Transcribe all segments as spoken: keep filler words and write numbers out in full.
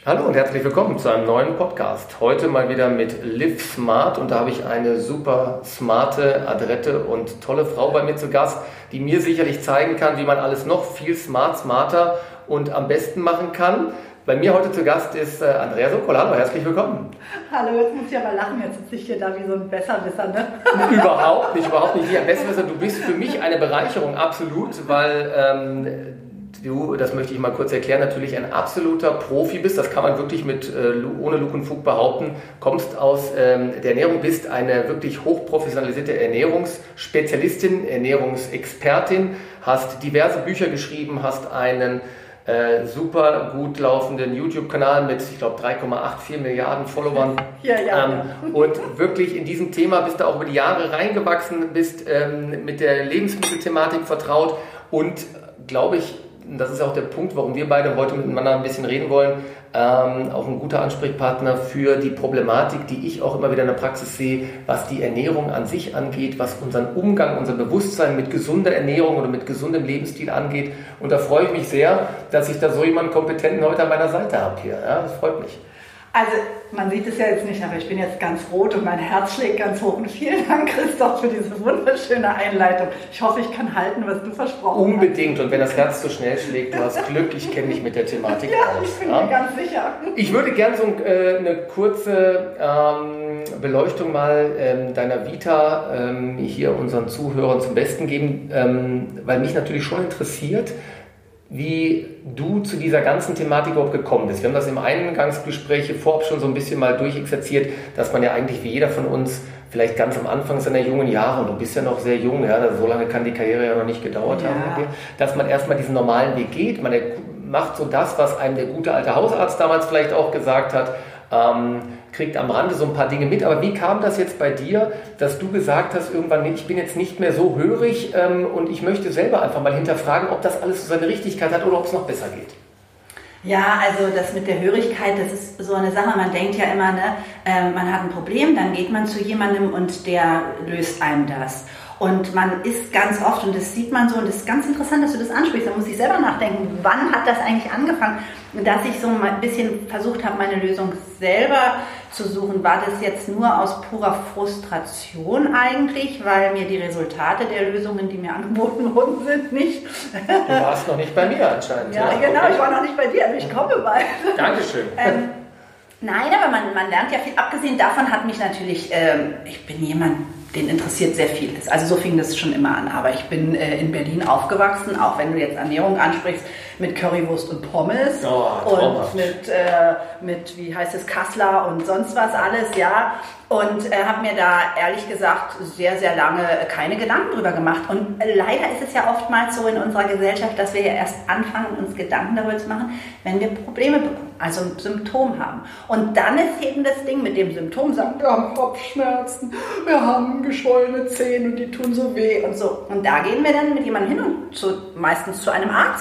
Hallo und herzlich willkommen zu einem neuen Podcast. Heute mal wieder mit Live Smart und da habe ich eine super smarte, adrette und tolle Frau bei mir zu Gast, die mir sicherlich zeigen kann, wie man alles noch viel smart, smarter und am besten machen kann. Bei mir heute zu Gast ist äh, Andrea Sokol. Hallo, herzlich willkommen. Hallo, jetzt muss ich aber lachen, jetzt sitze ich hier da wie so ein Besserwisser, ne? Überhaupt nicht, überhaupt nicht wie ein Besserwisser. Du bist für mich eine Bereicherung, absolut, weil ähm, du, das möchte ich mal kurz erklären, natürlich ein absoluter Profi bist. Das kann man wirklich mit äh, ohne Lug und Fug behaupten. Kommst aus ähm, der Ernährung, bist eine wirklich hochprofessionalisierte Ernährungsspezialistin, Ernährungsexpertin, hast diverse Bücher geschrieben, hast einen Äh, super gut laufenden YouTube-Kanal mit, ich glaube, drei Komma vierundachtzig Milliarden Followern. Ja, ja, ähm, ja. Und wirklich in diesem Thema bist du auch über die Jahre reingewachsen, bist ähm, mit der Lebensmittelthematik vertraut und, glaube ich, das ist auch der Punkt, warum wir beide heute miteinander ein bisschen reden wollen, ähm, auch ein guter Ansprechpartner für die Problematik, die ich auch immer wieder in der Praxis sehe, was die Ernährung an sich angeht, was unseren Umgang, unser Bewusstsein mit gesunder Ernährung oder mit gesundem Lebensstil angeht. Und da freue ich mich sehr, dass ich da so jemanden Kompetenten heute an meiner Seite habe hier. Ja, das freut mich. Also, man sieht es ja jetzt nicht, aber ich bin jetzt ganz rot und mein Herz schlägt ganz hoch. Und vielen Dank, Christoph, für diese wunderschöne Einleitung. Ich hoffe, ich kann halten, was du versprochen hast. Unbedingt. Und wenn das Herz so schnell schlägt, du hast Glück, ich kenne mich mit der Thematik ja, aus. Ich bin ja? mir ganz sicher. Ich würde gerne so äh, eine kurze ähm, Beleuchtung mal ähm, deiner Vita ähm, hier unseren Zuhörern zum Besten geben, ähm, weil mich natürlich schon interessiert, wie du zu dieser ganzen Thematik überhaupt gekommen bist. Wir haben das im Eingangsgespräch vorab schon so ein bisschen mal durchexerziert, dass man ja eigentlich wie jeder von uns vielleicht ganz am Anfang seiner jungen Jahre, und du bist ja noch sehr jung, ja, so lange kann die Karriere ja noch nicht gedauert ja. haben, dass man erstmal diesen normalen Weg geht, man macht so das, was einem der gute alte Hausarzt damals vielleicht auch gesagt hat, ähm, kriegt am Rande so ein paar Dinge mit. Aber wie kam das jetzt bei dir, dass du gesagt hast, irgendwann, ich bin jetzt nicht mehr so hörig ähm, und ich möchte selber einfach mal hinterfragen, ob das alles so seine Richtigkeit hat oder ob es noch besser geht? Ja, also das mit der Hörigkeit, das ist so eine Sache, man denkt ja immer, ne, äh, man hat ein Problem, dann geht man zu jemandem und der löst einem das. Und man ist ganz oft, und das sieht man so, und das ist ganz interessant, dass du das ansprichst, da muss ich selber nachdenken, wann hat das eigentlich angefangen, dass ich so ein bisschen versucht habe, meine Lösung selber zu suchen. War das jetzt nur aus purer Frustration eigentlich, weil mir die Resultate der Lösungen, die mir angeboten wurden, sind, nicht... Du warst noch nicht bei mir anscheinend. Ja, ja, genau, ich war noch nicht bei dir, aber ich komme bald. Dankeschön. Ähm, nein, aber man, man lernt ja viel. Abgesehen davon hat mich natürlich, ähm, ich bin jemand, den interessiert sehr vieles. Also so fing das schon immer an. Aber ich bin äh, in Berlin aufgewachsen, auch wenn du jetzt Ernährung ansprichst, mit Currywurst und Pommes oh, und mit, äh, mit, wie heißt es, Kassler und sonst was alles, ja. Und äh, habe mir da ehrlich gesagt sehr, sehr lange keine Gedanken drüber gemacht. Und äh, leider ist es ja oftmals so in unserer Gesellschaft, dass wir ja erst anfangen, uns Gedanken darüber zu machen, wenn wir Probleme bekommen, also ein Symptom haben. Und dann ist eben das Ding mit dem Symptom, sagen, wir haben Kopfschmerzen, wir haben geschwollene Zähne und die tun so weh und so. Und da gehen wir dann mit jemandem hin und zu, meistens zu einem Arzt.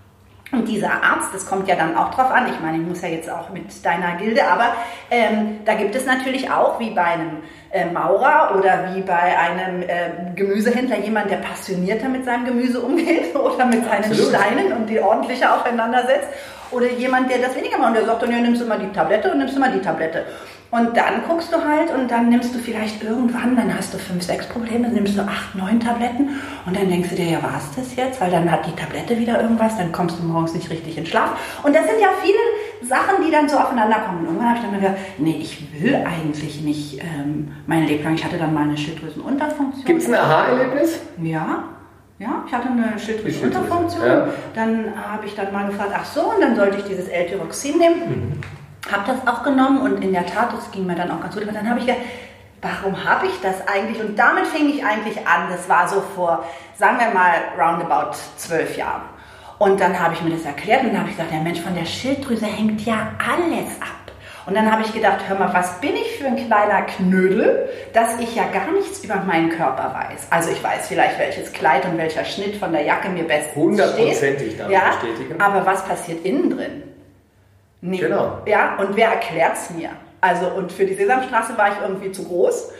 Und dieser Arzt, das kommt ja dann auch drauf an, ich meine, ich muss ja jetzt auch mit deiner Gilde, aber ähm, da gibt es natürlich auch, wie bei einem äh, Maurer oder wie bei einem äh, Gemüsehändler, jemand, der passionierter mit seinem Gemüse umgeht oder mit seinen Absolut. Steinen und die ordentlicher aufeinander setzt. Oder jemand, der das weniger macht und der sagt dann, ja, nimmst du mal die Tablette und nimmst du mal die Tablette. Und dann guckst du halt und dann nimmst du vielleicht irgendwann, dann hast du fünf, sechs Probleme, dann nimmst du acht, neun Tabletten und dann denkst du dir, ja, war es das jetzt? Weil dann hat die Tablette wieder irgendwas, dann kommst du morgens nicht richtig in Schlaf. Und das sind ja viele Sachen, die dann so aufeinander kommen. Und irgendwann habe ich dann mal gedacht, nee, ich will eigentlich nicht ähm, mein Leben lang. Ich hatte dann mal eine Schilddrüsenunterfunktion. Gibt es ein Aha-Erlebnis? Ja. Ja, ich hatte eine Schilddrüsenunterfunktion. Ja. Dann habe ich dann mal gefragt, ach so, und dann sollte ich dieses L-Tyroxin nehmen. Mhm. Habe das auch genommen und in der Tat, das ging mir dann auch ganz gut. Aber dann habe ich gedacht, warum habe ich das eigentlich? Und damit fing ich eigentlich an. Das war so vor, sagen wir mal, roundabout zwölf Jahren. Und dann habe ich mir das erklärt und dann habe ich gesagt, der Mensch, von der Schilddrüse hängt ja alles ab. Und dann habe ich gedacht, hör mal, was bin ich für ein kleiner Knödel, dass ich ja gar nichts über meinen Körper weiß. Also ich weiß vielleicht, welches Kleid und welcher Schnitt von der Jacke mir bestens steht. Hundertprozentig darf ich ja, bestätigen. Aber was passiert innen drin? Nee. Genau. Ja, und wer erklärt es mir? Also, und für die Sesamstraße war ich irgendwie zu groß.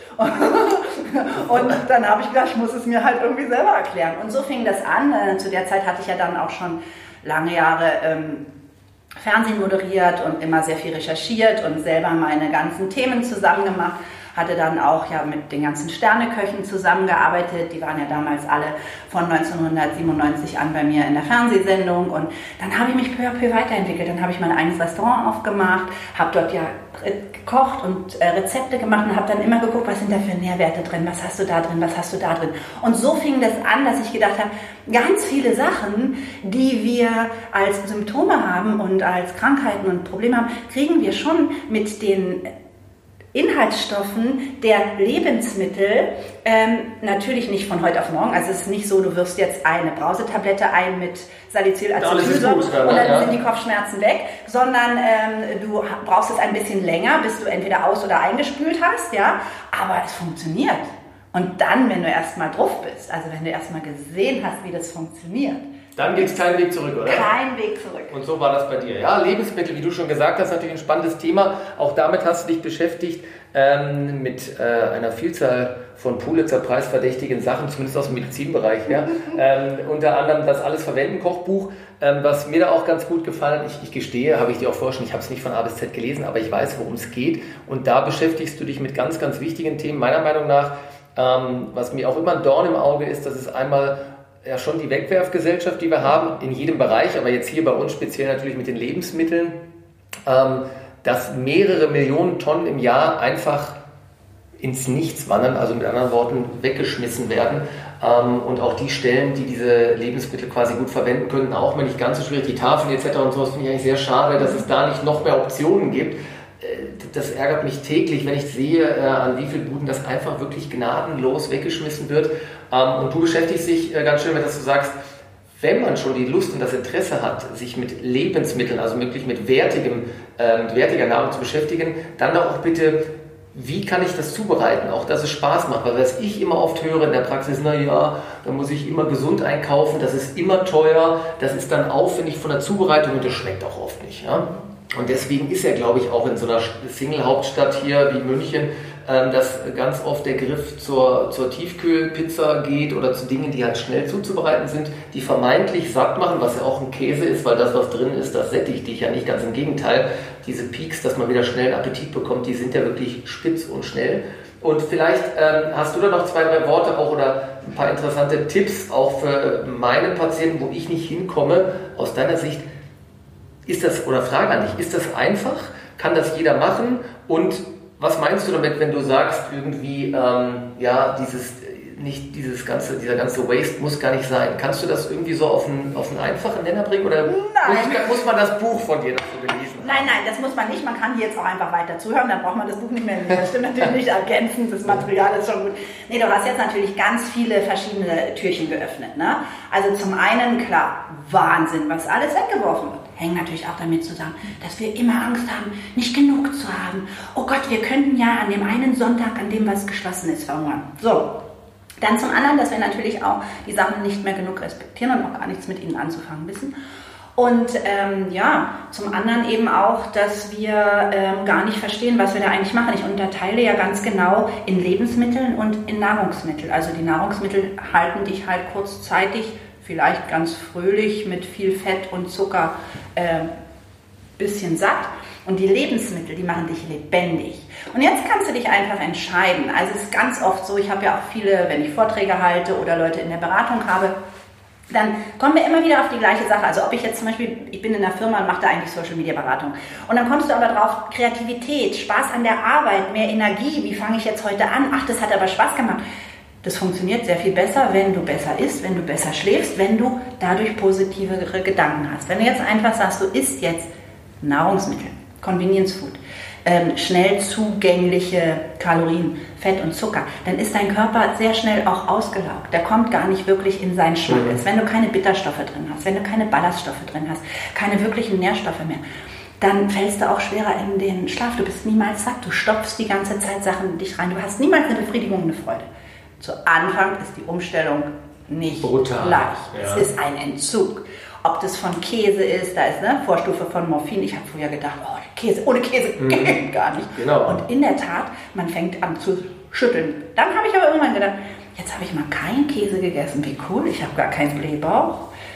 Und dann habe ich gedacht, ich muss es mir halt irgendwie selber erklären. Und so fing das an. Zu der Zeit hatte ich ja dann auch schon lange Jahre ähm, Fernsehen moderiert und immer sehr viel recherchiert und selber meine ganzen Themen zusammen gemacht. Hatte dann auch ja mit den ganzen Sterneköchen zusammengearbeitet. Die waren ja damals alle von neunzehnhundertsiebenundneunzig an bei mir in der Fernsehsendung. Und dann habe ich mich peu à peu weiterentwickelt. Dann habe ich mein eigenes Restaurant aufgemacht, habe dort ja gekocht und äh, Rezepte gemacht und habe dann immer geguckt, was sind da für Nährwerte drin, was hast du da drin, was hast du da drin. Und so fing das an, dass ich gedacht habe, ganz viele Sachen, die wir als Symptome haben und als Krankheiten und Probleme haben, kriegen wir schon mit den Inhaltsstoffen der Lebensmittel, ähm, natürlich nicht von heute auf morgen. Also es ist nicht so, du wirfst jetzt eine Brausetablette ein mit Salicylacetylsäure und dann ja. sind die Kopfschmerzen weg, sondern ähm, du brauchst es ein bisschen länger, bis du entweder aus- oder eingespült hast, ja, aber es funktioniert. Und dann, wenn du erstmal drauf bist, also wenn du erstmal gesehen hast, wie das funktioniert, dann gibt es keinen Weg zurück, oder? Kein Weg zurück. Und so war das bei dir. Ja, Lebensmittel, wie du schon gesagt hast, natürlich ein spannendes Thema. Auch damit hast du dich beschäftigt, ähm, mit äh, einer Vielzahl von Pulitzer-Preis-verdächtigen Sachen, zumindest aus dem Medizinbereich. Ja. ähm, unter anderem das Alles verwenden Kochbuch, ähm, was mir da auch ganz gut gefallen hat. Ich, ich gestehe, habe ich dir auch vorher schon, ich habe es nicht von A bis Z gelesen, aber ich weiß, worum es geht. Und da beschäftigst du dich mit ganz, ganz wichtigen Themen. Meiner Meinung nach, ähm, was mir auch immer ein Dorn im Auge ist, dass es einmal ja schon die Wegwerfgesellschaft, die wir haben, in jedem Bereich, aber jetzt hier bei uns speziell natürlich mit den Lebensmitteln, ähm, dass mehrere Millionen Tonnen im Jahr einfach ins Nichts wandern, also mit anderen Worten weggeschmissen werden. Ähm, und auch die Stellen, die diese Lebensmittel quasi gut verwenden könnten, auch wenn nicht ganz so schwierig, die Tafeln et cetera und sowas, finde ich eigentlich sehr schade, dass es da nicht noch mehr Optionen gibt. Das ärgert mich täglich, wenn ich sehe, äh, an wie vielen Buden das einfach wirklich gnadenlos weggeschmissen wird. Ähm, und du beschäftigst dich äh, ganz schön damit, dass du sagst, wenn man schon die Lust und das Interesse hat, sich mit Lebensmitteln, also wirklich mit, wertigem, äh, mit wertiger Nahrung zu beschäftigen, dann auch bitte, wie kann ich das zubereiten, auch dass es Spaß macht. Weil was ich immer oft höre in der Praxis, na ja, da muss ich immer gesund einkaufen, das ist immer teuer, das ist dann aufwendig von der Zubereitung und das schmeckt auch oft nicht. Ja? Und deswegen ist ja, glaube ich, auch in so einer Single-Hauptstadt hier wie München, ähm, dass ganz oft der Griff zur, zur Tiefkühlpizza geht oder zu Dingen, die halt schnell zuzubereiten sind, die vermeintlich satt machen, was ja auch ein Käse ist, weil das, was drin ist, das sättigt dich ja nicht, ganz im Gegenteil. Diese Peaks, dass man wieder schnell einen Appetit bekommt, die sind ja wirklich spitz und schnell. Und vielleicht ähm, hast du da noch zwei, drei Worte auch oder ein paar interessante Tipps auch für meine Patienten, wo ich nicht hinkomme, aus deiner Sicht. Ist das, oder Frage an dich, ist das einfach? Kann das jeder machen? Und was meinst du damit, wenn du sagst, irgendwie, ähm, ja, dieses, nicht dieses ganze, dieser ganze Waste muss gar nicht sein. Kannst du das irgendwie so auf einen, auf einen einfachen Nenner bringen? Oder nein. Muss, muss man das Buch von dir dazu gelesen haben? Nein, nein, das muss man nicht. Man kann hier jetzt auch einfach weiter zuhören, dann braucht man das Buch nicht mehr. Das stimmt natürlich nicht ergänzend, das Material ist schon gut. Nee, du hast jetzt natürlich ganz viele verschiedene Türchen geöffnet. Ne? Also zum einen, klar, Wahnsinn, was alles weggeworfen wird. Hängt natürlich auch damit zusammen, dass wir immer Angst haben, nicht genug zu haben. Oh Gott, wir könnten ja an dem einen Sonntag, an dem was geschlossen ist, verhungern. So. Dann zum anderen, dass wir natürlich auch die Sachen nicht mehr genug respektieren und auch gar nichts mit ihnen anzufangen wissen. Und ähm, ja, zum anderen eben auch, dass wir ähm, gar nicht verstehen, was wir da eigentlich machen. Ich unterteile ja ganz genau in Lebensmitteln und in Nahrungsmittel. Also die Nahrungsmittel halten dich halt kurzzeitig, vielleicht ganz fröhlich mit viel Fett und Zucker äh, bisschen satt. Und die Lebensmittel, die machen dich lebendig. Und jetzt kannst du dich einfach entscheiden. Also es ist ganz oft so, ich habe ja auch viele, wenn ich Vorträge halte oder Leute in der Beratung habe, dann kommen wir immer wieder auf die gleiche Sache. Also ob ich jetzt zum Beispiel, ich bin in einer Firma und mache da eigentlich Social Media Beratung. Und dann kommst du aber drauf, Kreativität, Spaß an der Arbeit, mehr Energie, wie fange ich jetzt heute an? Ach, das hat aber Spaß gemacht. Das funktioniert sehr viel besser, wenn du besser isst, wenn du besser schläfst, wenn du dadurch positivere Gedanken hast. Wenn du jetzt einfach sagst, du isst jetzt Nahrungsmittel, Convenience Food, ähm, schnell zugängliche Kalorien, Fett und Zucker, dann ist dein Körper sehr schnell auch ausgelaugt. Der kommt gar nicht wirklich in seinen Schmackes. Wenn du keine Bitterstoffe drin hast, wenn du keine Ballaststoffe drin hast, keine wirklichen Nährstoffe mehr, dann fällst du auch schwerer in den Schlaf. Du bist niemals satt, du stopfst die ganze Zeit Sachen in dich rein. Du hast niemals eine Befriedigung, eine Freude. Zu Anfang ist die Umstellung nicht brutal leicht. Ja. Es ist ein Entzug. Ob das von Käse ist, da ist eine Vorstufe von Morphin. Ich habe früher gedacht, oh, Käse, ohne Käse mhm. geht gar nicht. Genau. Und in der Tat, man fängt an zu schütteln. Dann habe ich aber irgendwann gedacht, jetzt habe ich mal keinen Käse gegessen. Wie cool, ich habe gar keinen Blähbauch.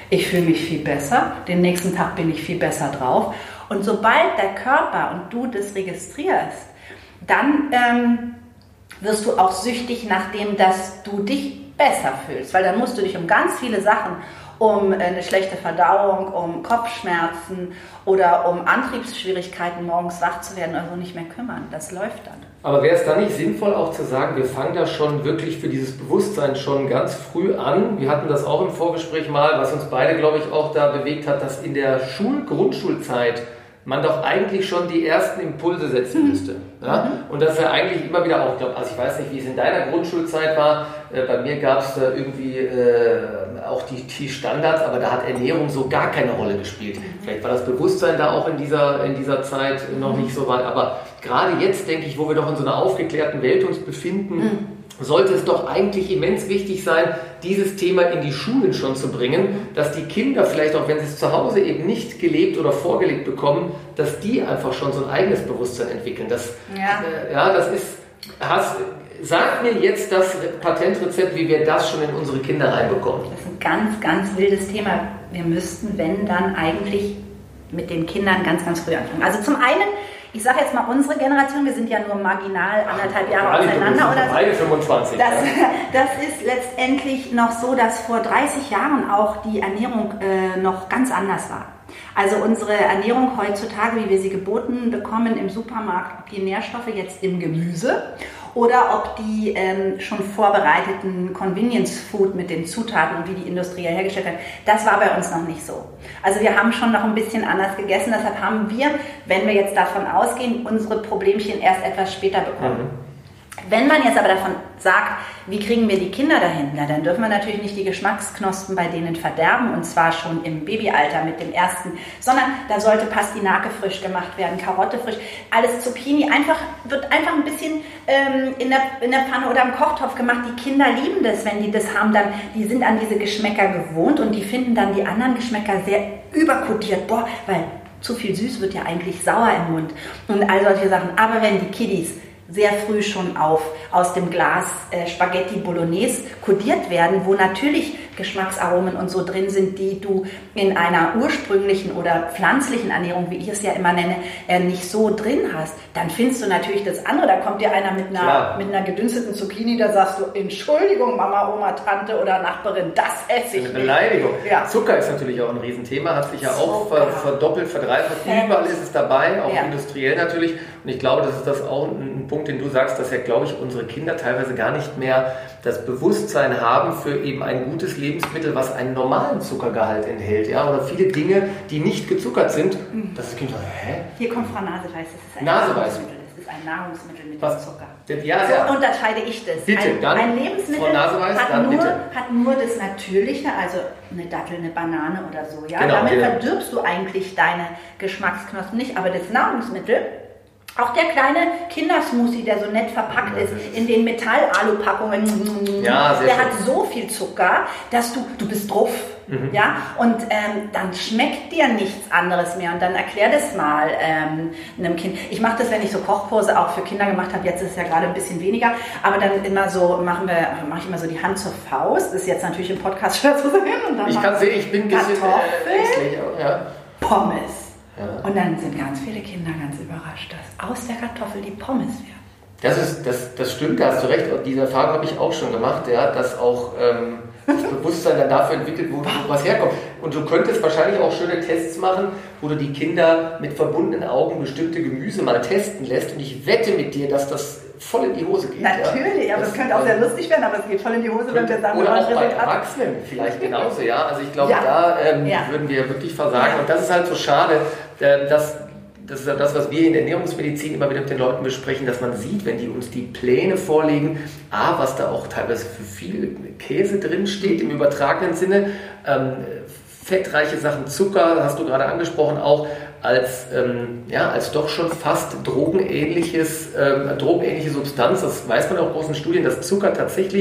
ich fühle mich viel besser, den nächsten Tag bin ich viel besser drauf. Und sobald der Körper und du das registrierst, dann ähm, wirst du auch süchtig nach dem, dass du dich besser fühlst, weil dann musst du dich um ganz viele Sachen, um eine schlechte Verdauung, um Kopfschmerzen oder um Antriebsschwierigkeiten, morgens wach zu werden oder so nicht mehr kümmern. Das läuft dann. Aber wäre es dann nicht sinnvoll auch zu sagen, wir fangen da schon wirklich für dieses Bewusstsein schon ganz früh an? Wir hatten das auch im Vorgespräch mal, was uns beide, glaube ich, auch da bewegt hat, dass in der Schul-, Grundschulzeit man doch eigentlich schon die ersten Impulse setzen müsste. Ja? Und dass er eigentlich immer wieder auch, glaub, also ich weiß nicht, wie es in deiner Grundschulzeit war, äh, bei mir gab es da irgendwie äh, auch die, die Standards, aber da hat Ernährung so gar keine Rolle gespielt. Vielleicht war das Bewusstsein da auch in dieser, in dieser Zeit noch nicht so weit, aber gerade jetzt, denke ich, wo wir doch in so einer aufgeklärten Welt uns befinden, mhm. sollte es doch eigentlich immens wichtig sein, dieses Thema in die Schulen schon zu bringen, dass die Kinder vielleicht auch, wenn sie es zu Hause eben nicht gelebt oder vorgelebt bekommen, dass die einfach schon so ein eigenes Bewusstsein entwickeln. Das, ja. Äh, ja, das ist, hast, sag mir jetzt das Patentrezept, wie wir das schon in unsere Kinder reinbekommen. Das ist ein ganz, ganz wildes Thema. Wir müssten, wenn, dann eigentlich mit den Kindern ganz, ganz früh anfangen. Also zum einen, ich sage jetzt mal unsere Generation, wir sind ja nur marginal anderthalb Jahre Ach, auseinander oder so. Beide fünfundzwanzig. Das, ja. das ist letztendlich noch so, dass vor dreißig Jahren auch die Ernährung äh, noch ganz anders war. Also unsere Ernährung heutzutage, wie wir sie geboten bekommen im Supermarkt, ob die Nährstoffe jetzt im Gemüse oder ob die ähm, schon vorbereiteten Convenience Food mit den Zutaten und wie die industriell hergestellt werden, das war bei uns noch nicht so. Also wir haben schon noch ein bisschen anders gegessen, deshalb haben wir, wenn wir jetzt davon ausgehen, unsere Problemchen erst etwas später bekommen. Mhm. Wenn man jetzt aber davon sagt, wie kriegen wir die Kinder dahin, na, dann dürfen wir natürlich nicht die Geschmacksknospen bei denen verderben, und zwar schon im Babyalter mit dem ersten, sondern da sollte Pastinake frisch gemacht werden, Karotte frisch, alles Zucchini, einfach, wird einfach ein bisschen ähm, in, der, in der Pfanne oder im Kochtopf gemacht. Die Kinder lieben das, wenn die das haben, dann, die sind an diese Geschmäcker gewohnt und die finden dann die anderen Geschmäcker sehr überkodiert, boah, weil zu viel süß wird ja eigentlich sauer im Mund und all solche Sachen. Aber wenn die Kiddies sehr früh schon auf aus dem Glas äh, Spaghetti Bolognese kodiert werden, wo natürlich Geschmacksaromen und so drin sind, die du in einer ursprünglichen oder pflanzlichen Ernährung, wie ich es ja immer nenne, äh, nicht so drin hast, dann findest du natürlich das andere. Da kommt dir einer mit einer, mit einer gedünsteten Zucchini, da sagst du, Entschuldigung, Mama, Oma, Tante oder Nachbarin, das esse ich nicht. Eine Beleidigung. Ja. Zucker ist natürlich auch ein Riesenthema, hat sich ja auch ver, verdoppelt, verdreifacht. Überall ist es dabei, auch ja. industriell natürlich. Und ich glaube, das ist das auch ein Punkt, den du sagst, dass ja, glaube ich, unsere Kinder teilweise gar nicht mehr das Bewusstsein haben für eben ein gutes Lebensmittel, was einen normalen Zuckergehalt enthält, ja, oder viele Dinge, die nicht gezuckert sind. Das ist Kind so, hä? Hier kommt Frau Naseweiß, das ist ein Naseweiß. Nahrungsmittel, das ist ein Nahrungsmittel mit was? Zucker. Ja, so ja. unterscheide ich das. Bitte, ein, dann, ein Lebensmittel Frau Naseweiß, hat, dann nur, bitte. hat nur das Natürliche, also eine Dattel, eine Banane oder so. Ja? Genau, Damit genau. verdirbst du eigentlich deine Geschmacksknospen nicht, aber das Nahrungsmittel, auch der kleine Kindersmoothie, der so nett verpackt ja, ist, in den Metall-Alu-Packungen, ja, der schön. hat so viel Zucker, dass du, du bist drauf. Mhm. Ja? Und ähm, dann schmeckt dir nichts anderes mehr. Und dann erklär das mal ähm, einem Kind. Ich mache das, wenn ich so Kochkurse auch für Kinder gemacht habe, jetzt ist es ja gerade ein bisschen weniger, aber dann immer so, machen wir, mache ich immer so die Hand zur Faust. Das ist jetzt natürlich im Podcast schwer zu sehen. Und dann ich kann sehen, ich bin ein bisschen äh, ängstlich. Ja. Pommes. Ja. Und dann sind ganz viele Kinder ganz überrascht, dass aus der Kartoffel die Pommes werden. Das, ist, das, das stimmt, da hast du recht. Diese Erfahrung habe ich auch schon gemacht, ja, dass auch ähm, das Bewusstsein dann dafür entwickelt, wo was herkommt. Und du könntest wahrscheinlich auch schöne Tests machen, wo du die Kinder mit verbundenen Augen bestimmte Gemüse mal testen lässt. Und ich wette mit dir, dass das voll in die Hose geht. Natürlich, ja. aber das es könnte auch sehr lustig werden, aber es geht voll in die Hose, wenn wir sagen, oder auch bei Erwachsenen vielleicht genauso, ja. Also ich glaube, ja. da ähm, ja. würden wir wirklich versagen. Ja. Und das ist halt so schade, äh, dass das ist ja das, was wir in der Ernährungsmedizin immer wieder mit den Leuten besprechen, dass man sieht, wenn die uns die Pläne vorlegen, A, was da auch teilweise für viel Käse drin steht, im übertragenen Sinne, ähm, fettreiche Sachen, Zucker, hast du gerade angesprochen, auch als, ähm, ja, als doch schon fast drogenähnliches, ähm, drogenähnliche Substanz. Das weiß man auch aus großen Studien, dass Zucker tatsächlich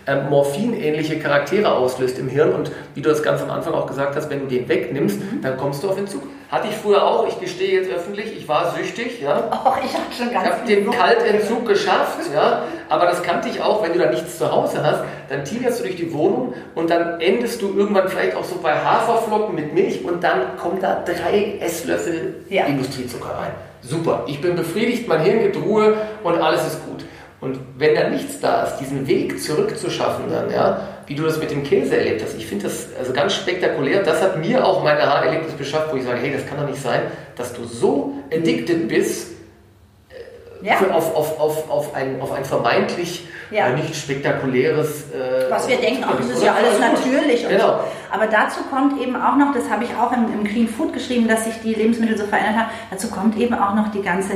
ähm, morphinähnliche Charaktere auslöst im Hirn und wie du das ganz am Anfang auch gesagt hast, wenn du den wegnimmst, mhm. dann kommst du auf Entzug. Hatte ich früher auch, ich gestehe jetzt öffentlich, ich war süchtig. Ja. Oh, ich habe schon ganz Ich habe den Kaltentzug geschafft, ja, aber das kannte ich auch, wenn du da nichts zu Hause hast, dann tigerst du durch die Wohnung und dann endest du irgendwann vielleicht auch so bei Haferflocken mit Milch und dann kommen da drei Esslöffel ja. Industriezucker rein. Super, ich bin befriedigt, mein Hirn gibt Ruhe und alles ist gut. Und wenn da nichts da ist, diesen Weg zurückzuschaffen dann, ja, wie du das mit dem Käse erlebt hast, ich finde das also ganz spektakulär. Das hat mir auch mein Aha-Erlebnis beschafft, wo ich sage, hey, das kann doch nicht sein, dass du so addicted bist äh, ja. für, auf, auf, auf, auf, ein, auf ein vermeintlich ja. äh, nicht spektakuläres... Äh, Was wir denken, auch das ist ja alles natürlich. Und genau. so. Aber dazu kommt eben auch noch, das habe ich auch im, im Clean Food geschrieben, dass sich die Lebensmittel so verändert haben, dazu kommt eben auch noch die ganze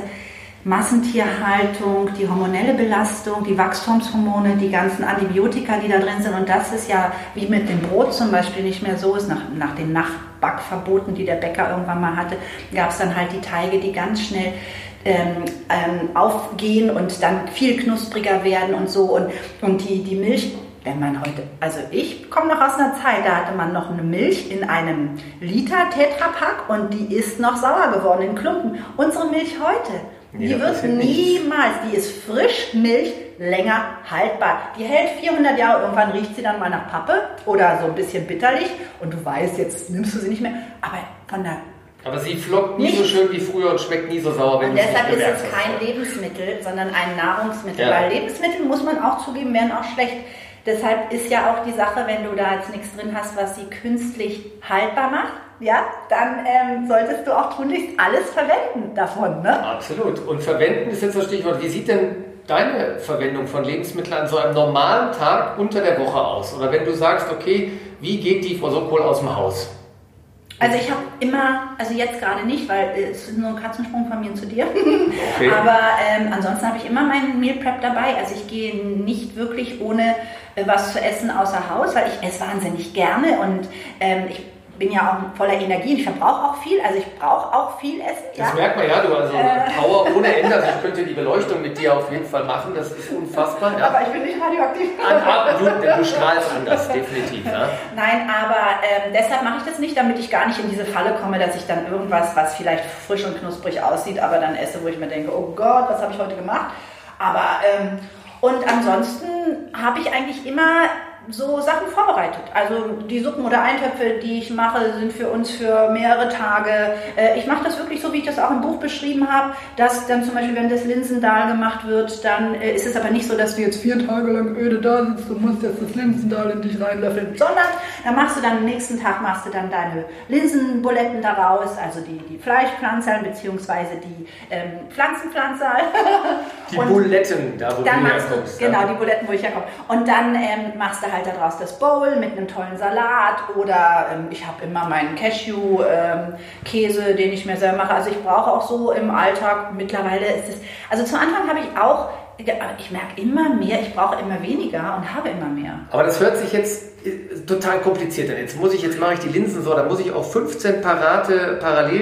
Massentierhaltung, die hormonelle Belastung, die Wachstumshormone, die ganzen Antibiotika, die da drin sind. Und das ist ja, wie mit dem Brot zum Beispiel nicht mehr so ist, nach, nach den Nachbackverboten, die der Bäcker irgendwann mal hatte, gab es dann halt die Teige, die ganz schnell ähm, ähm, aufgehen und dann viel knuspriger werden und so. Und, und die, die Milch, wenn man heute, also ich komme noch aus einer Zeit, da hatte man noch eine Milch in einem Liter Tetrapack und die ist noch sauer geworden in Klumpen. Unsere Milch heute, die ja, wird niemals, die ist Frischmilch länger haltbar. Die hält vierhundert Jahre, irgendwann riecht sie dann mal nach Pappe oder so ein bisschen bitterlich und du weißt, jetzt nimmst du sie nicht mehr, aber von der... Aber sie flockt nie nicht so schön wie früher und schmeckt nie so sauer, wenn und du es nicht deshalb ist hast. es kein Lebensmittel, sondern ein Nahrungsmittel, ja. weil Lebensmittel, muss man auch zugeben, werden auch schlecht. Deshalb ist ja auch die Sache, wenn du da jetzt nichts drin hast, was sie künstlich haltbar macht, ja, dann ähm, solltest du auch tunlichst alles verwenden davon, ne? Absolut. Und verwenden ist jetzt das Stichwort. Wie sieht denn deine Verwendung von Lebensmitteln an so einem normalen Tag unter der Woche aus? Oder wenn du sagst, okay, wie geht die Frau Sokol aus dem Haus? Also ich habe immer, also jetzt gerade nicht, weil es ist nur ein Katzensprung von mir zu dir, okay. aber ähm, ansonsten habe ich immer meinen Meal Prep dabei. Also ich gehe nicht wirklich ohne äh, was zu essen außer Haus, weil ich esse wahnsinnig gerne und ähm, ich bin ja auch voller Energie und ich verbrauche auch viel, also ich brauche auch viel Essen. Das ja? merkt man ja, du also äh. Power ohne Ende, also ich könnte die Beleuchtung mit dir auf jeden Fall machen, das ist unfassbar. Ja. Aber ich bin nicht radioaktiv. An, du, du strahlst anders, definitiv. Ja. Nein, aber ähm, deshalb mache ich das nicht, damit ich gar nicht in diese Falle komme, dass ich dann irgendwas, was vielleicht frisch und knusprig aussieht, aber dann esse, wo ich mir denke, oh Gott, was habe ich heute gemacht? Aber, ähm, und ansonsten habe ich eigentlich immer so Sachen vorbereitet. Also die Suppen oder Eintöpfe, die ich mache, sind für uns für mehrere Tage. Ich mache das wirklich so, wie ich das auch im Buch beschrieben habe, dass dann zum Beispiel, wenn das Linsendahl gemacht wird, dann ist es aber nicht so, dass du jetzt vier Tage lang öde da sitzt und musst jetzt das Linsendahl in dich reinlöffeln, sondern dann machst du dann am nächsten Tag machst du dann deine Linsenbuletten daraus, also die, die Fleischpflanzerl beziehungsweise die ähm, Pflanzenpflanzerl. Die Buletten, da wo du herkommst. Genau, ja. Die Buletten, wo ich herkomme. Und dann ähm, machst du halt daraus das Bowl mit einem tollen Salat oder ähm, ich habe immer meinen Cashew-Käse, ähm, den ich mir selber mache. Also ich brauche auch so im Alltag, mittlerweile ist es, also zu Anfang habe ich auch, ich merke immer mehr, ich brauche immer weniger und habe immer mehr. Aber das hört sich jetzt total kompliziert an. Jetzt muss ich, jetzt mache ich die Linsen so, da muss ich auch fünfzehn parate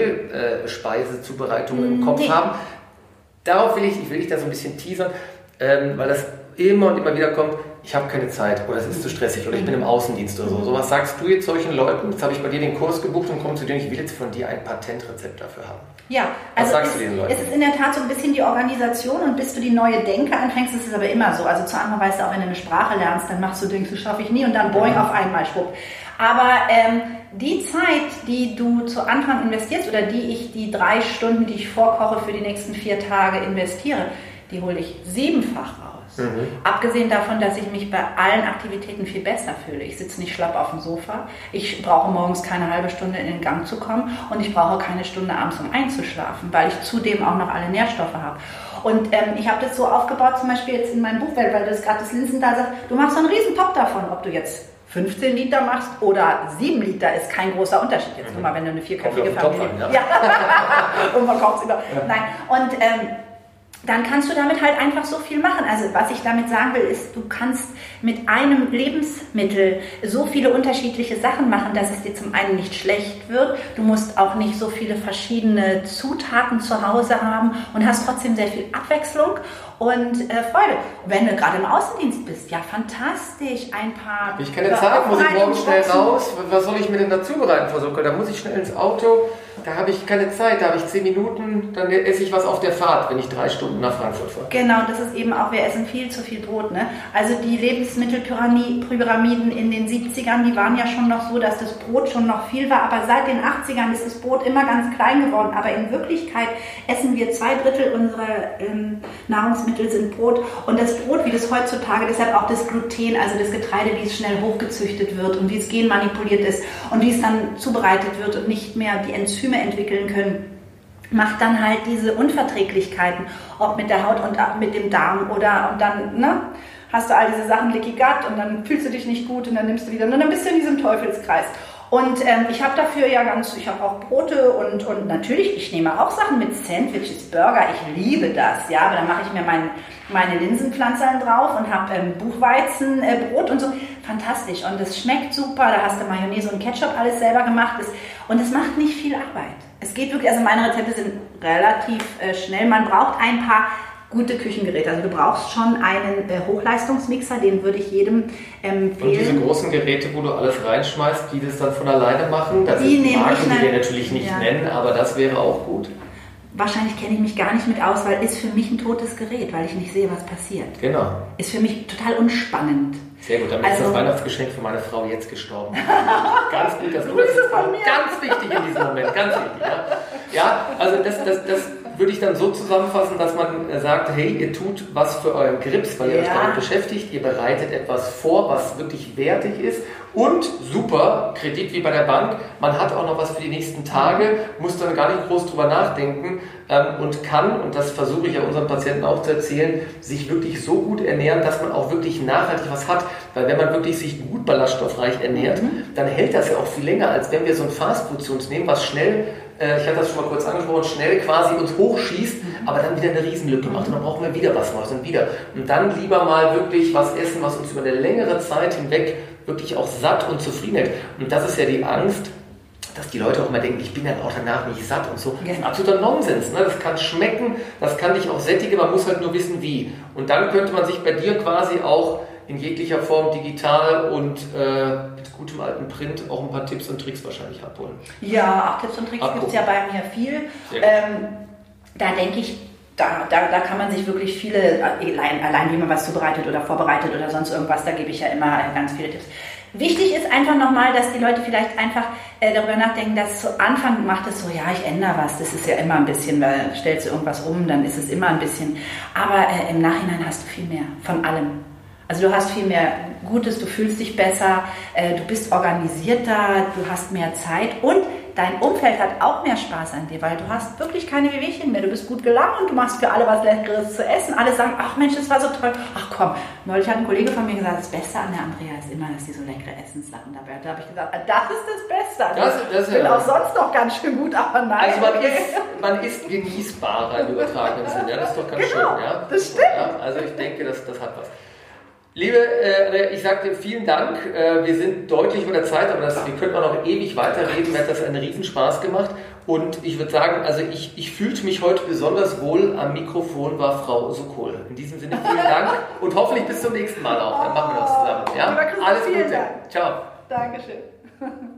Parallelspeisezubereitungen äh, im Kopf nee. haben. Darauf will ich, ich will dich da so ein bisschen teasern, ähm, weil das immer und immer wieder kommt, ich habe keine Zeit oder es ist zu stressig oder ich bin im Außendienst oder so. So was sagst du jetzt solchen Leuten? Jetzt habe ich bei dir den Kurs gebucht und komme zu dir und ich will jetzt von dir ein Patentrezept dafür haben. Ja, was also sagst es, du den Leuten? Es ist in der Tat so ein bisschen die Organisation und bis du die neue Denke anfängst, ist es aber immer so. Also zu Anfang weißt du auch, wenn du eine Sprache lernst, dann machst du, denkst du, schaffe ich nie und dann boing, auf einmal, schwupp. Aber ähm, die Zeit, die du zu Anfang investierst oder die ich, die drei Stunden, die ich vorkoche für die nächsten vier Tage investiere, die hole ich siebenfach raus. Mhm. Abgesehen davon, dass ich mich bei allen Aktivitäten viel besser fühle. Ich sitze nicht schlapp auf dem Sofa. Ich brauche morgens keine halbe Stunde in den Gang zu kommen und ich brauche keine Stunde abends, um einzuschlafen, weil ich zudem auch noch alle Nährstoffe habe. Und ähm, ich habe das so aufgebaut, zum Beispiel jetzt in meinem Buch, weil du das gerade das Linsendahl sagst, du machst so einen riesen Topf davon, ob du jetzt fünfzehn Liter machst oder sieben Liter, ist kein großer Unterschied. Jetzt mhm. nur mal, wenn du eine vierköpfige Familie... An, ja. ja. Und man kommt es über... Ja. Nein, und... Ähm, dann kannst du damit halt einfach so viel machen. Also was ich damit sagen will, ist, du kannst mit einem Lebensmittel so viele unterschiedliche Sachen machen, dass es dir zum einen nicht schlecht wird. Du musst auch nicht so viele verschiedene Zutaten zu Hause haben und hast trotzdem sehr viel Abwechslung und äh, Freude. Und wenn du gerade im Außendienst bist, ja fantastisch, ein paar... Habe ich keine Zeit, muss ich morgen schnell raus? Was soll ich mir denn da zubereiten, Frau Sockel? Da muss ich schnell ins Auto, da habe ich keine Zeit, da habe ich zehn Minuten, dann esse ich was auf der Fahrt, wenn ich drei Stunden nach Frankfurt fahre. Genau, das ist eben auch, wir essen viel zu viel Brot. Ne? Also die Lebensmittelpyramiden in den siebzigern, die waren ja schon noch so, dass das Brot schon noch viel war, aber seit den achtzigern ist das Brot immer ganz klein geworden. Aber in Wirklichkeit essen wir zwei Drittel unserer ähm, Nahrungsmittel sind Brot. Und das Brot, wie das heutzutage, deshalb auch das Gluten, also das Getreide, wie es schnell hochgezüchtet wird und wie es genmanipuliert ist und wie es dann zubereitet wird und nicht mehr die Enzyme entwickeln können, macht dann halt diese Unverträglichkeiten, ob mit der Haut und mit dem Darm oder und dann ne, hast du all diese Sachen, Leaky Gut und dann fühlst du dich nicht gut und dann nimmst du wieder und dann bist du in diesem Teufelskreis. Und ähm, ich habe dafür ja ganz, ich habe auch Brote und, und natürlich, ich nehme auch Sachen mit Sandwiches, Burger, ich liebe das, ja, aber dann mache ich mir mein, meine Linsenpflanzerl drauf und habe ähm, Buchweizenbrot äh, und so, fantastisch und es schmeckt super, da hast du Mayonnaise und Ketchup alles selber gemacht das, und es macht nicht viel Arbeit. Es geht wirklich, also meine Rezepte sind relativ äh, schnell, man braucht ein paar gute Küchengeräte. Also du brauchst schon einen äh, Hochleistungsmixer, den würde ich jedem empfehlen. Und diese großen Geräte, wo du alles reinschmeißt, die das dann von alleine machen, das die sind Marken, die wir halt, natürlich nicht ja. nennen, aber das wäre auch gut. Wahrscheinlich kenne ich mich gar nicht mit aus, weil ist für mich ein totes Gerät, weil ich nicht sehe, was passiert. Genau. Ist für mich total unspannend. Sehr gut, damit also, ist das Weihnachtsgeschenk für meine Frau jetzt gestorben. Ganz gut, dass du das das von mir. Ganz wichtig in diesem Moment, ganz wichtig. Ja, ja also das, das, das würde ich dann so zusammenfassen, dass man sagt, hey, ihr tut was für euren Grips, weil ihr ja. euch damit beschäftigt, ihr bereitet etwas vor, was wirklich wertig ist und super, Kredit wie bei der Bank, man hat auch noch was für die nächsten Tage, muss dann gar nicht groß drüber nachdenken ähm, und kann, und das versuche ich ja unseren Patienten auch zu erzählen, sich wirklich so gut ernähren, dass man auch wirklich nachhaltig was hat, weil wenn man wirklich sich gut ballaststoffreich ernährt, mhm. dann hält das ja auch viel länger, als wenn wir so ein Fastfood zu uns nehmen, was schnell, äh, ich hatte das schon mal kurz angesprochen, schnell quasi uns hochschießt, mhm. aber dann wieder eine Riesenlücke macht und dann brauchen wir wieder was Neues und wieder. Und dann lieber mal wirklich was essen, was uns über eine längere Zeit hinweg wirklich auch satt und zufrieden hält. Und das ist ja die Angst, dass die Leute auch immer denken, ich bin dann auch danach nicht satt und so. Das ist absoluter Nonsens. Ne? Das kann schmecken, das kann dich auch sättigen, man muss halt nur wissen, wie. Und dann könnte man sich bei dir quasi auch in jeglicher Form digital und äh, mit gutem alten Print auch ein paar Tipps und Tricks wahrscheinlich abholen. Ja, auch Tipps und Tricks gibt es ja bei mir viel. Ähm, da denke ich, Da, da, da kann man sich wirklich viele, allein, allein wie man was zubereitet oder vorbereitet oder sonst irgendwas, da gebe ich ja immer ganz viele Tipps. Wichtig ist einfach nochmal, dass die Leute vielleicht einfach äh, darüber nachdenken, dass zu Anfang macht es so, ja, ich ändere was, das ist ja immer ein bisschen, weil stellst du irgendwas um, dann ist es immer ein bisschen, aber äh, im Nachhinein hast du viel mehr von allem. Also du hast viel mehr Gutes, du fühlst dich besser, äh, du bist organisierter, du hast mehr Zeit und dein Umfeld hat auch mehr Spaß an dir, weil du hast wirklich keine Wehwehchen mehr. Du bist gut gelaunt, du machst für alle was Leckeres zu essen. Alle sagen, ach Mensch, das war so toll. Ach komm, neulich hat ein Kollege von mir gesagt, das Beste an der Andrea ist immer, dass sie so leckere Essenssachen dabei hat. Da habe ich gesagt, das ist das Beste. Das, das ich bin ja. auch sonst noch ganz schön gut, aber nein. Also man, okay. ist, man ist genießbarer im übertragenen Sinne. Ja, das ist doch ganz genau, schön. Ja? Das stimmt. Ja, also ich denke, das, das hat was. Liebe, äh, ich sagte vielen Dank. Äh, wir sind deutlich über der Zeit, aber das, wir könnten auch noch ewig weiterreden. Mir hat das einen Riesenspaß gemacht. Und ich würde sagen, also ich, ich fühlte mich heute besonders wohl. Am Mikrofon war Frau Sokol. In diesem Sinne vielen Dank und hoffentlich bis zum nächsten Mal auch. Dann machen wir das zusammen. Ja? Alles Gute. Ciao. Dankeschön.